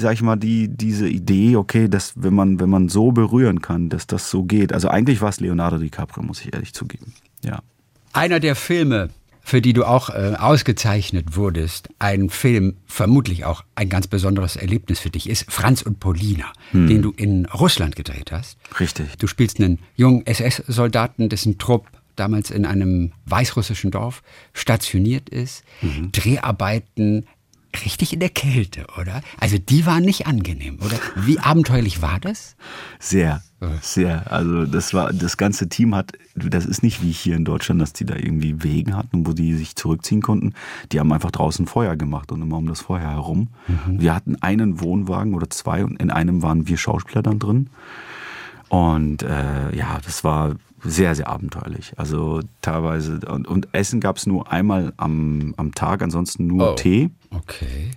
diese Idee, okay, dass wenn man so berühren kann, dass das so geht. Also eigentlich war es Leonardo DiCaprio, muss ich ehrlich zugeben. Ja. Einer der Filme, für die du auch ausgezeichnet wurdest, ein Film, vermutlich auch ein ganz besonderes Erlebnis für dich ist, Franz und Paulina, den du in Russland gedreht hast. Richtig. Du spielst einen jungen SS-Soldaten, dessen Trupp damals in einem weißrussischen Dorf stationiert ist. Dreharbeiten richtig in der Kälte, oder? Also die waren nicht angenehm, oder? Wie abenteuerlich war das? Sehr, sehr. Also das ganze Team das ist nicht wie hier in Deutschland, dass die da irgendwie Wegen hatten, wo die sich zurückziehen konnten. Die haben einfach draußen Feuer gemacht und immer um das Feuer herum. Wir hatten einen Wohnwagen oder 2 und in einem waren wir Schauspieler dann drin. Und das war sehr, sehr abenteuerlich. Also teilweise, und Essen gab es nur einmal am Tag, ansonsten nur Tee. Okay.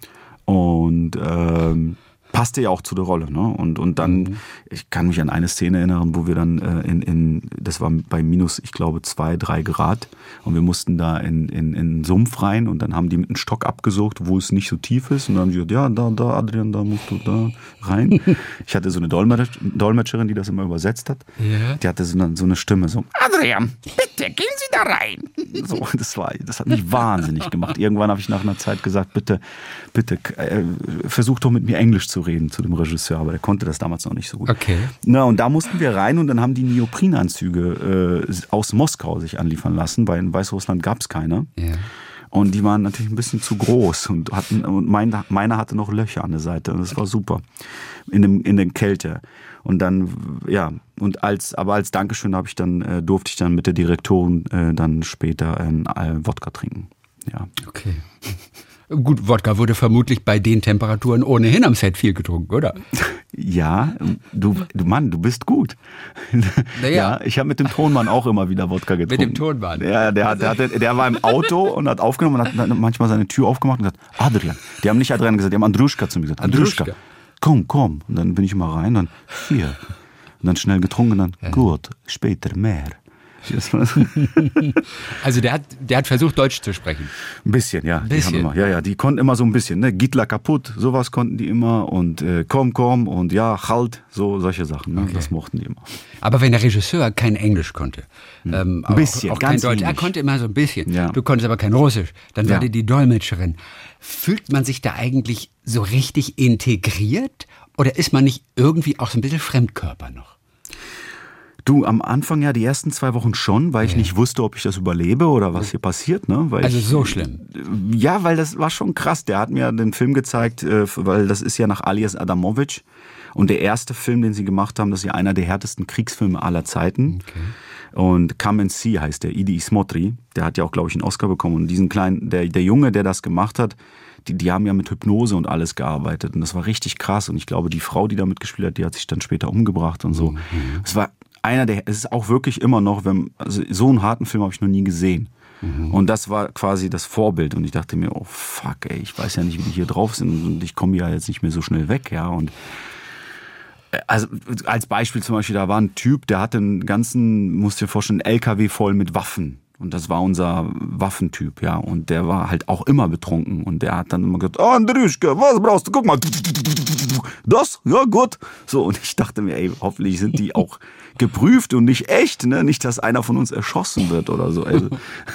Und passte ja auch zu der Rolle, ne? Und dann, ich kann mich an eine Szene erinnern, wo wir dann das war bei minus, ich glaube, 2-3 Grad, und wir mussten da in einen Sumpf rein, und dann haben die mit einem Stock abgesucht, wo es nicht so tief ist, und dann haben sie gesagt, ja, da, Adrian, da musst du da rein. Ich hatte so eine Dolmetscherin, die das immer übersetzt hat. Yeah. Die hatte so eine Stimme, so, Adrian, bitte, gehen Sie da rein. So, das hat mich wahnsinnig gemacht. Irgendwann habe ich nach einer Zeit gesagt, bitte, versuch doch mit mir Englisch zu reden, zu dem Regisseur, aber der konnte das damals noch nicht so gut. Okay. Na, und da mussten wir rein, und dann haben die Neoprenanzüge aus Moskau sich anliefern lassen, weil in Weißrussland gab es keine. Yeah. Und die waren natürlich ein bisschen zu groß und meiner hatte noch Löcher an der Seite. Und das war super. In der Kälte. Und dann, ja, als Dankeschön durfte ich dann mit der Direktorin dann später Wodka trinken. Ja. Okay. Gut, Wodka wurde vermutlich bei den Temperaturen ohnehin am Set viel getrunken, oder? Ja, du Mann, du bist gut. Naja. Ja, ich habe mit dem Tonmann auch immer wieder Wodka getrunken. Mit dem Tonmann? Ja, der war im Auto und hat aufgenommen und hat manchmal seine Tür aufgemacht und gesagt, Adrian. Die haben nicht Adrian gesagt, die haben Andruschka zu mir gesagt. Andruschka, komm. Und dann bin ich immer rein, dann hier. Und dann schnell getrunken und dann, gut, später mehr. Also der hat versucht, Deutsch zu sprechen. Ein bisschen, ja. Die konnten immer so ein bisschen, ne? Gittler kaputt, sowas konnten die immer und komm und ja, halt, solche Sachen, ne? Okay. Das mochten die immer. Aber wenn der Regisseur kein Englisch konnte, ein bisschen, auch kein Deutsch, er konnte immer so ein bisschen, ja. Du konntest aber kein Russisch, dann war die Dolmetscherin. Fühlt man sich da eigentlich so richtig integriert oder ist man nicht irgendwie auch so ein bisschen Fremdkörper noch? Du, am Anfang ja die ersten 2 Wochen schon, weil ich nicht wusste, ob ich das überlebe oder was hier passiert. Ne? So schlimm? Ja, weil das war schon krass. Der hat mir den Film gezeigt, weil das ist ja nach Alias Adamovich. Und der erste Film, den sie gemacht haben, das ist ja einer der härtesten Kriegsfilme aller Zeiten. Okay. Und Come and See heißt der, Idi Ismotri. Der hat ja auch, glaube ich, einen Oscar bekommen. Und diesen kleinen, der Junge, der das gemacht hat, die haben ja mit Hypnose und alles gearbeitet. Und das war richtig krass. Und ich glaube, die Frau, die da mitgespielt hat, die hat sich dann später umgebracht und so. Es war es ist auch wirklich immer noch, also so einen harten Film habe ich noch nie gesehen. Und das war quasi das Vorbild. Und ich dachte mir, oh fuck, ey, ich weiß ja nicht, wie die hier drauf sind. Und ich komme ja jetzt nicht mehr so schnell weg, ja. Und also als Beispiel zum Beispiel, da war ein Typ, der hatte einen ganzen, musst dir vorstellen, LKW voll mit Waffen. Und das war unser Waffentyp, ja. Und der war halt auch immer betrunken. Und der hat dann immer gesagt, Andrüschka, was brauchst du? Guck mal. Das? Ja, gut. So, und ich dachte mir, ey, hoffentlich sind die auch geprüft und nicht echt, ne? Nicht, dass einer von uns erschossen wird oder so. Also.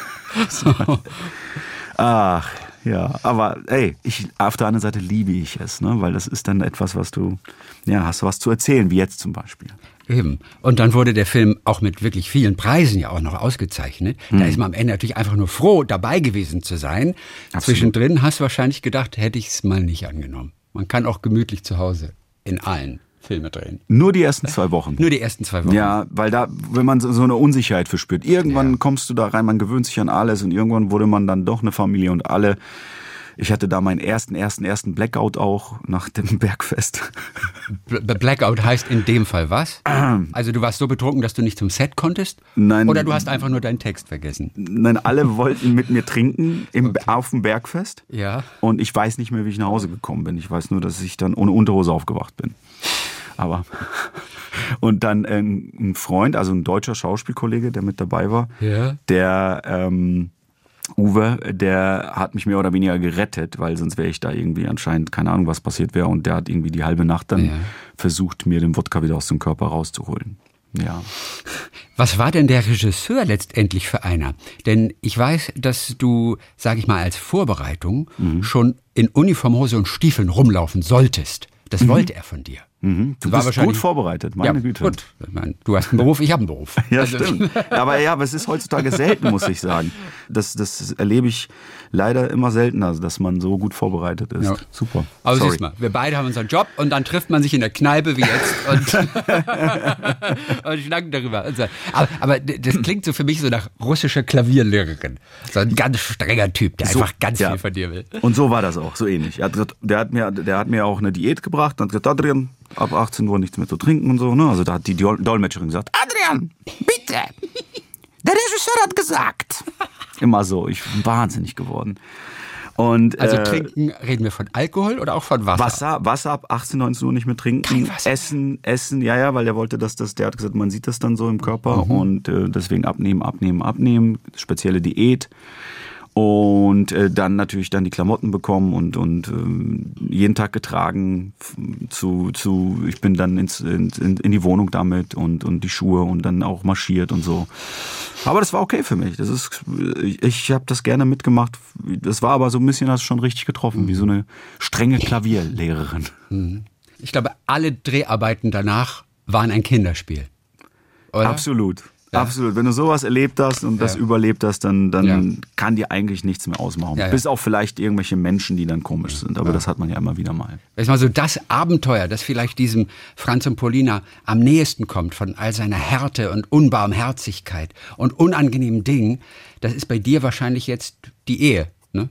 Ach, ja. Aber ey, auf der anderen Seite liebe ich es, ne? Weil das ist dann etwas, was du, ja, hast du was zu erzählen, wie jetzt zum Beispiel. Eben. Und dann wurde der Film auch mit wirklich vielen Preisen ja auch noch ausgezeichnet. Da ist man am Ende natürlich einfach nur froh, dabei gewesen zu sein. Absolut. Zwischendrin hast du wahrscheinlich gedacht, hätte ich es mal nicht angenommen. Man kann auch gemütlich zu Hause in allen Filme drehen. Nur die ersten 2 Wochen. Nur die ersten 2 Wochen. Ja, weil wenn man so eine Unsicherheit verspürt. Irgendwann kommst du da rein, man gewöhnt sich an alles und irgendwann wurde man dann doch eine Familie und alle. Ich hatte da meinen ersten Blackout auch nach dem Bergfest. Blackout heißt in dem Fall was? Also du warst so betrunken, dass du nicht zum Set konntest? Nein. Oder du hast einfach nur deinen Text vergessen? Nein, alle wollten mit mir trinken auf dem Bergfest. Ja. Und ich weiß nicht mehr, wie ich nach Hause gekommen bin. Ich weiß nur, dass ich dann ohne Unterhose aufgewacht bin. Aber und dann ein Freund, also ein deutscher Schauspielkollege, der mit dabei war, der Uwe, der hat mich mehr oder weniger gerettet, weil sonst wäre ich da irgendwie anscheinend, keine Ahnung, was passiert wäre. Und der hat irgendwie die halbe Nacht dann versucht, mir den Wodka wieder aus dem Körper rauszuholen. Ja. Was war denn der Regisseur letztendlich für einer? Denn ich weiß, dass du, sag ich mal, als Vorbereitung schon in Uniformhose und Stiefeln rumlaufen solltest. Das wollte er von dir. Du bist gut vorbereitet, meine Güte. Gut. Ich meine, du hast einen Beruf, ich habe einen Beruf. Ja, stimmt. Aber es ist heutzutage selten, muss ich sagen. Das erlebe ich leider immer seltener, dass man so gut vorbereitet ist. Ja. Super. Aber siehst mal, wir beide haben unseren Job und dann trifft man sich in der Kneipe wie jetzt und schnacken darüber. Aber das klingt so für mich so nach russischer Klavierlehrerin. So ein ganz strenger Typ, der einfach ganz viel von dir will. Und so war das auch, so ähnlich. Der hat mir auch eine Diät gebracht und hat gesagt, Adrian, ab 18 Uhr nichts mehr zu trinken und so. Ne? Also da hat die Dolmetscherin gesagt, Adrian, bitte, der Regisseur hat gesagt. Immer so, ich bin wahnsinnig geworden. Und, also trinken, reden wir von Alkohol oder auch von Wasser? Wasser ab 18, 19 Uhr nicht mehr trinken. Essen, ja, weil der wollte, der hat gesagt, man sieht das dann so im Körper und deswegen abnehmen, spezielle Diät. Und dann natürlich dann die Klamotten bekommen und jeden Tag getragen ich bin dann in die Wohnung damit und die Schuhe und dann auch marschiert und so. Aber das war okay für mich. Ich habe das gerne mitgemacht. Das war aber so ein bisschen, hast du schon richtig getroffen, wie so eine strenge Klavierlehrerin. Ich glaube, alle Dreharbeiten danach waren ein Kinderspiel. Oder? Absolut. Absolut. Wenn du sowas erlebt hast und das überlebt hast, dann kann dir eigentlich nichts mehr ausmachen. Bis auf vielleicht irgendwelche Menschen, die dann komisch sind. Aber das hat man ja immer wieder mal. Weißt du mal, so das Abenteuer, das vielleicht diesem Franz und Paulina am nächsten kommt, von all seiner Härte und Unbarmherzigkeit und unangenehmen Dingen, das ist bei dir wahrscheinlich jetzt die Ehe, ne?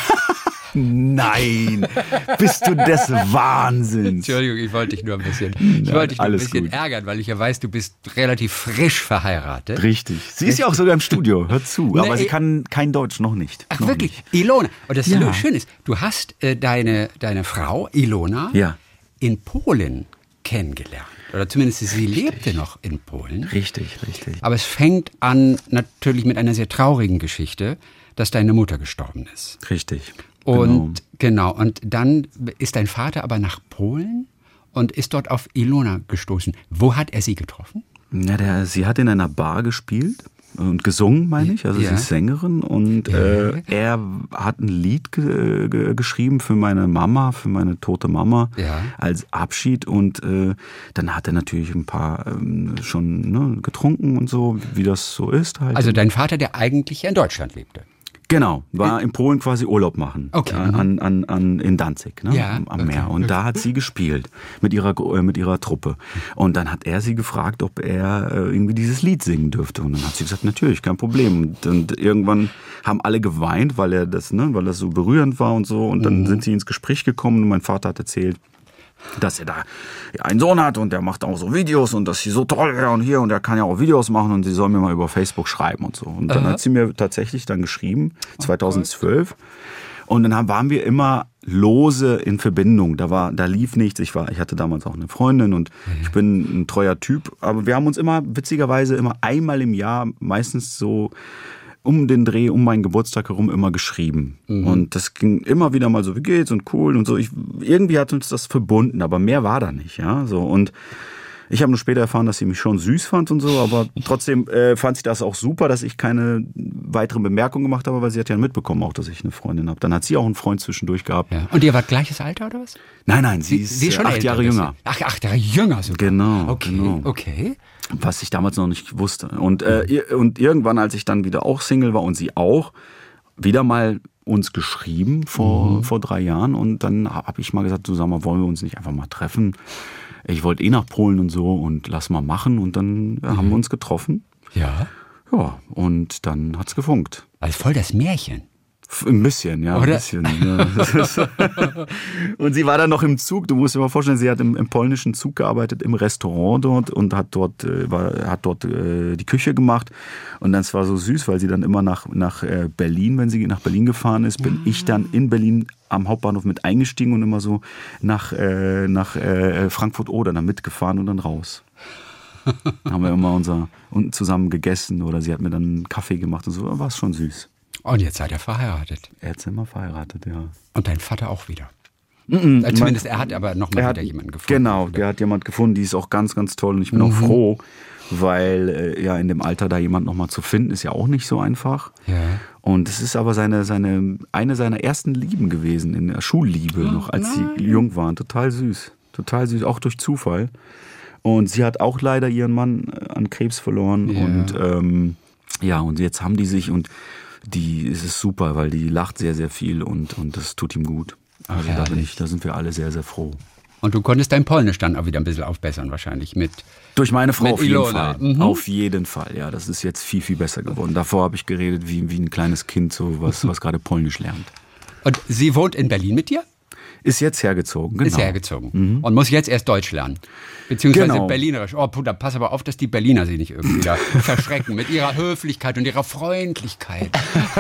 Nein, bist du des Wahnsinns. Entschuldigung, ich wollte dich nur ein bisschen, ärgern, weil ich ja weiß, du bist relativ frisch verheiratet. Richtig. Sie ist ja auch sogar im Studio, hör zu. Aber sie kann kein Deutsch, noch nicht. Ach noch wirklich, nicht. Ilona. Und das Schöne ist, du hast deine Frau, Ilona, in Polen kennengelernt. Oder zumindest sie lebte noch in Polen. Richtig. Aber es fängt an natürlich mit einer sehr traurigen Geschichte, dass deine Mutter gestorben ist. Richtig. Und und dann ist dein Vater aber nach Polen und ist dort auf Ilona gestoßen. Wo hat er sie getroffen? Ja, sie hat in einer Bar gespielt und gesungen, meine ich. Also sie ist Sängerin und er hat ein Lied geschrieben für meine Mama, für meine tote Mama als Abschied und dann hat er natürlich ein paar schon getrunken und so, wie das so ist halt. Also dein Vater, der eigentlich in Deutschland lebte. Genau, war in Polen quasi Urlaub machen. Okay. In Danzig, am Meer. Und da hat sie gespielt mit ihrer Truppe. Und dann hat er sie gefragt, ob er irgendwie dieses Lied singen dürfte. Und dann hat sie gesagt, natürlich, kein Problem. Und irgendwann haben alle geweint, weil das so berührend war und so. Und dann sind sie ins Gespräch gekommen und mein Vater hat erzählt, dass er da einen Sohn hat und der macht auch so Videos und dass sie so toll wäre und hier und er kann ja auch Videos machen und sie soll mir mal über Facebook schreiben und so. Und dann hat sie mir tatsächlich dann geschrieben, 2012. Und dann waren wir immer lose in Verbindung. Da lief nichts. Ich hatte damals auch eine Freundin und ich bin ein treuer Typ. Aber wir haben uns witzigerweise immer einmal im Jahr, meistens so um den Dreh, um meinen Geburtstag herum immer geschrieben. Und das ging immer wieder mal so, wie geht's und cool und so. Irgendwie hat uns das verbunden, aber mehr war da nicht, ja. So. Und ich habe nur später erfahren, dass sie mich schon süß fand und so, aber trotzdem fand sie das auch super, dass ich keine weiteren Bemerkungen gemacht habe, weil sie hat ja mitbekommen auch, dass ich eine Freundin habe. Dann hat sie auch einen Freund zwischendurch gehabt. Ja. Und ihr wart gleiches Alter oder was? Nein, sie ist schon 8 Jahre jünger. Ach, 8 Jahre jünger sogar. Genau. Okay. Was ich damals noch nicht wusste. Und irgendwann, als ich dann wieder auch Single war und sie auch, wieder mal uns geschrieben vor 3 Jahren. Und dann habe ich mal gesagt, zusammen wollen wir uns nicht einfach mal treffen. Ich wollte nach Polen und so und lass mal machen. Und dann haben wir uns getroffen. Ja. Ja, und dann hat's gefunkt. Also voll das Märchen. Ein bisschen, ja. Oder? Ein bisschen, ja. Und sie war dann noch im Zug. Du musst dir mal vorstellen, sie hat im polnischen Zug gearbeitet, im Restaurant dort und hat dort die Küche gemacht. Und das war so süß, weil sie dann immer nach Berlin, wenn sie nach Berlin gefahren ist, bin ich dann in Berlin am Hauptbahnhof mit eingestiegen und immer so nach Frankfurt-Oder dann mitgefahren und dann raus. Haben wir immer unten zusammen gegessen oder sie hat mir dann einen Kaffee gemacht und so. War es schon süß. Und jetzt seid ihr verheiratet. Jetzt sind wir verheiratet, ja. Und dein Vater auch wieder. Zumindest er hat aber noch mal wieder jemanden gefunden. Genau, der hat jemanden gefunden, die ist auch ganz, ganz toll. Und ich bin auch froh, weil in dem Alter da jemand noch mal zu finden, ist ja auch nicht so einfach. Ja. Und es ist aber eine seiner ersten Lieben gewesen, in der Schulliebe noch, als sie jung waren. Total süß, auch durch Zufall. Und sie hat auch leider ihren Mann an Krebs verloren. Ja. Und jetzt haben die sich und es ist super, weil die lacht sehr, sehr viel und das tut ihm gut. Also da sind wir alle sehr, sehr froh. Und du konntest dein Polnisch dann auch wieder ein bisschen aufbessern wahrscheinlich durch meine Frau auf jeden Ilona. Fall. Auf jeden Fall, ja. Das ist jetzt viel, viel besser geworden. Davor habe ich geredet wie ein kleines Kind, so was gerade Polnisch lernt. Und sie wohnt in Berlin mit dir? Ist jetzt hergezogen, genau. Ist hergezogen. Und muss jetzt erst Deutsch lernen. Beziehungsweise Berlinerisch. Oh, da pass aber auf, dass die Berliner sie nicht irgendwie da verschrecken mit ihrer Höflichkeit und ihrer Freundlichkeit.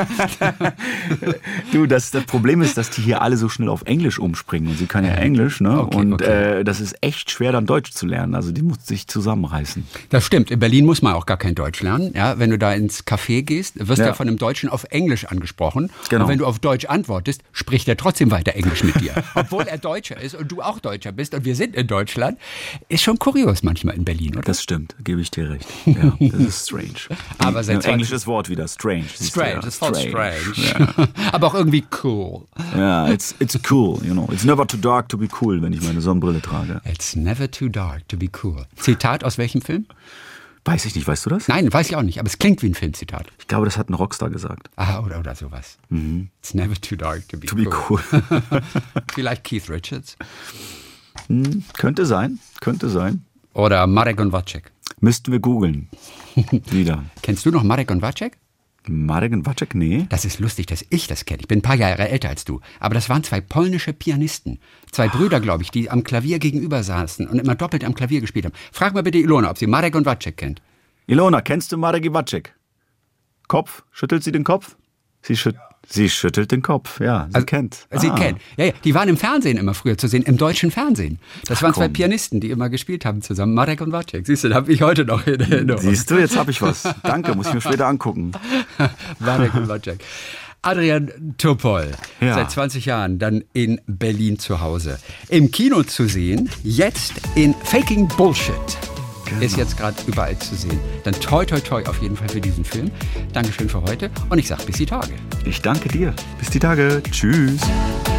Du, das Problem ist, dass die hier alle so schnell auf Englisch umspringen. Und sie kann ja Englisch, ne? Okay. Das ist echt schwer, dann Deutsch zu lernen. Also die muss sich zusammenreißen. Das stimmt. In Berlin muss man auch gar kein Deutsch lernen. Ja, wenn du da ins Café gehst, wirst du ja von einem Deutschen auf Englisch angesprochen. Genau. Und wenn du auf Deutsch antwortest, spricht er trotzdem weiter Englisch mit dir. Obwohl er Deutscher ist und du auch Deutscher bist und wir sind in Deutschland. Ist schon kurios manchmal in Berlin, oder? Das stimmt, gebe ich dir recht. Ja, das ist strange. Aber ein englisches Wort wieder, strange. Strange, das ist voll strange. Ja. Aber auch irgendwie cool. Ja, it's cool, you know. It's never too dark to be cool, wenn ich meine Sonnenbrille trage. It's never too dark to be cool. Zitat aus welchem Film? Weiß ich nicht, weißt du das? Nein, weiß ich auch nicht, aber es klingt wie ein Filmzitat. Ich glaube, das hat ein Rockstar gesagt. Oder sowas. It's never too dark to be cool. Vielleicht Keith Richards. Könnte sein. Oder Marek und Wacek. Müssten wir googeln. Wieder. Kennst du noch Marek und Wacek? Marek und Wacek? Nee. Das ist lustig, dass ich das kenne. Ich bin ein paar Jahre älter als du. Aber das waren 2 polnische Pianisten. 2 Brüder, glaube ich, die am Klavier gegenüber saßen und immer doppelt am Klavier gespielt haben. Frag mal bitte Ilona, ob sie Marek und Wacek kennt. Ilona, kennst du Marek und Wacek? Kopf? Schüttelt sie den Kopf? Sie schüttelt den Kopf, ja. Sie kennt. Sie kennt. Ja, die waren im Fernsehen immer früher zu sehen, im deutschen Fernsehen. Das waren 2 Pianisten, die immer gespielt haben zusammen. Marek und Wacek. Siehst du, da habe ich heute noch in Erinnerung. Siehst du, jetzt habe ich was. Danke, muss ich mir später angucken. Marek und Wacek. Adrian Topol, seit 20 Jahren dann in Berlin zu Hause. Im Kino zu sehen, jetzt in Faking Bullshit. Genau. Ist jetzt gerade überall zu sehen. Dann toi toi toi auf jeden Fall für diesen Film. Dankeschön für heute und ich sag bis die Tage. Ich danke dir. Bis die Tage. Tschüss.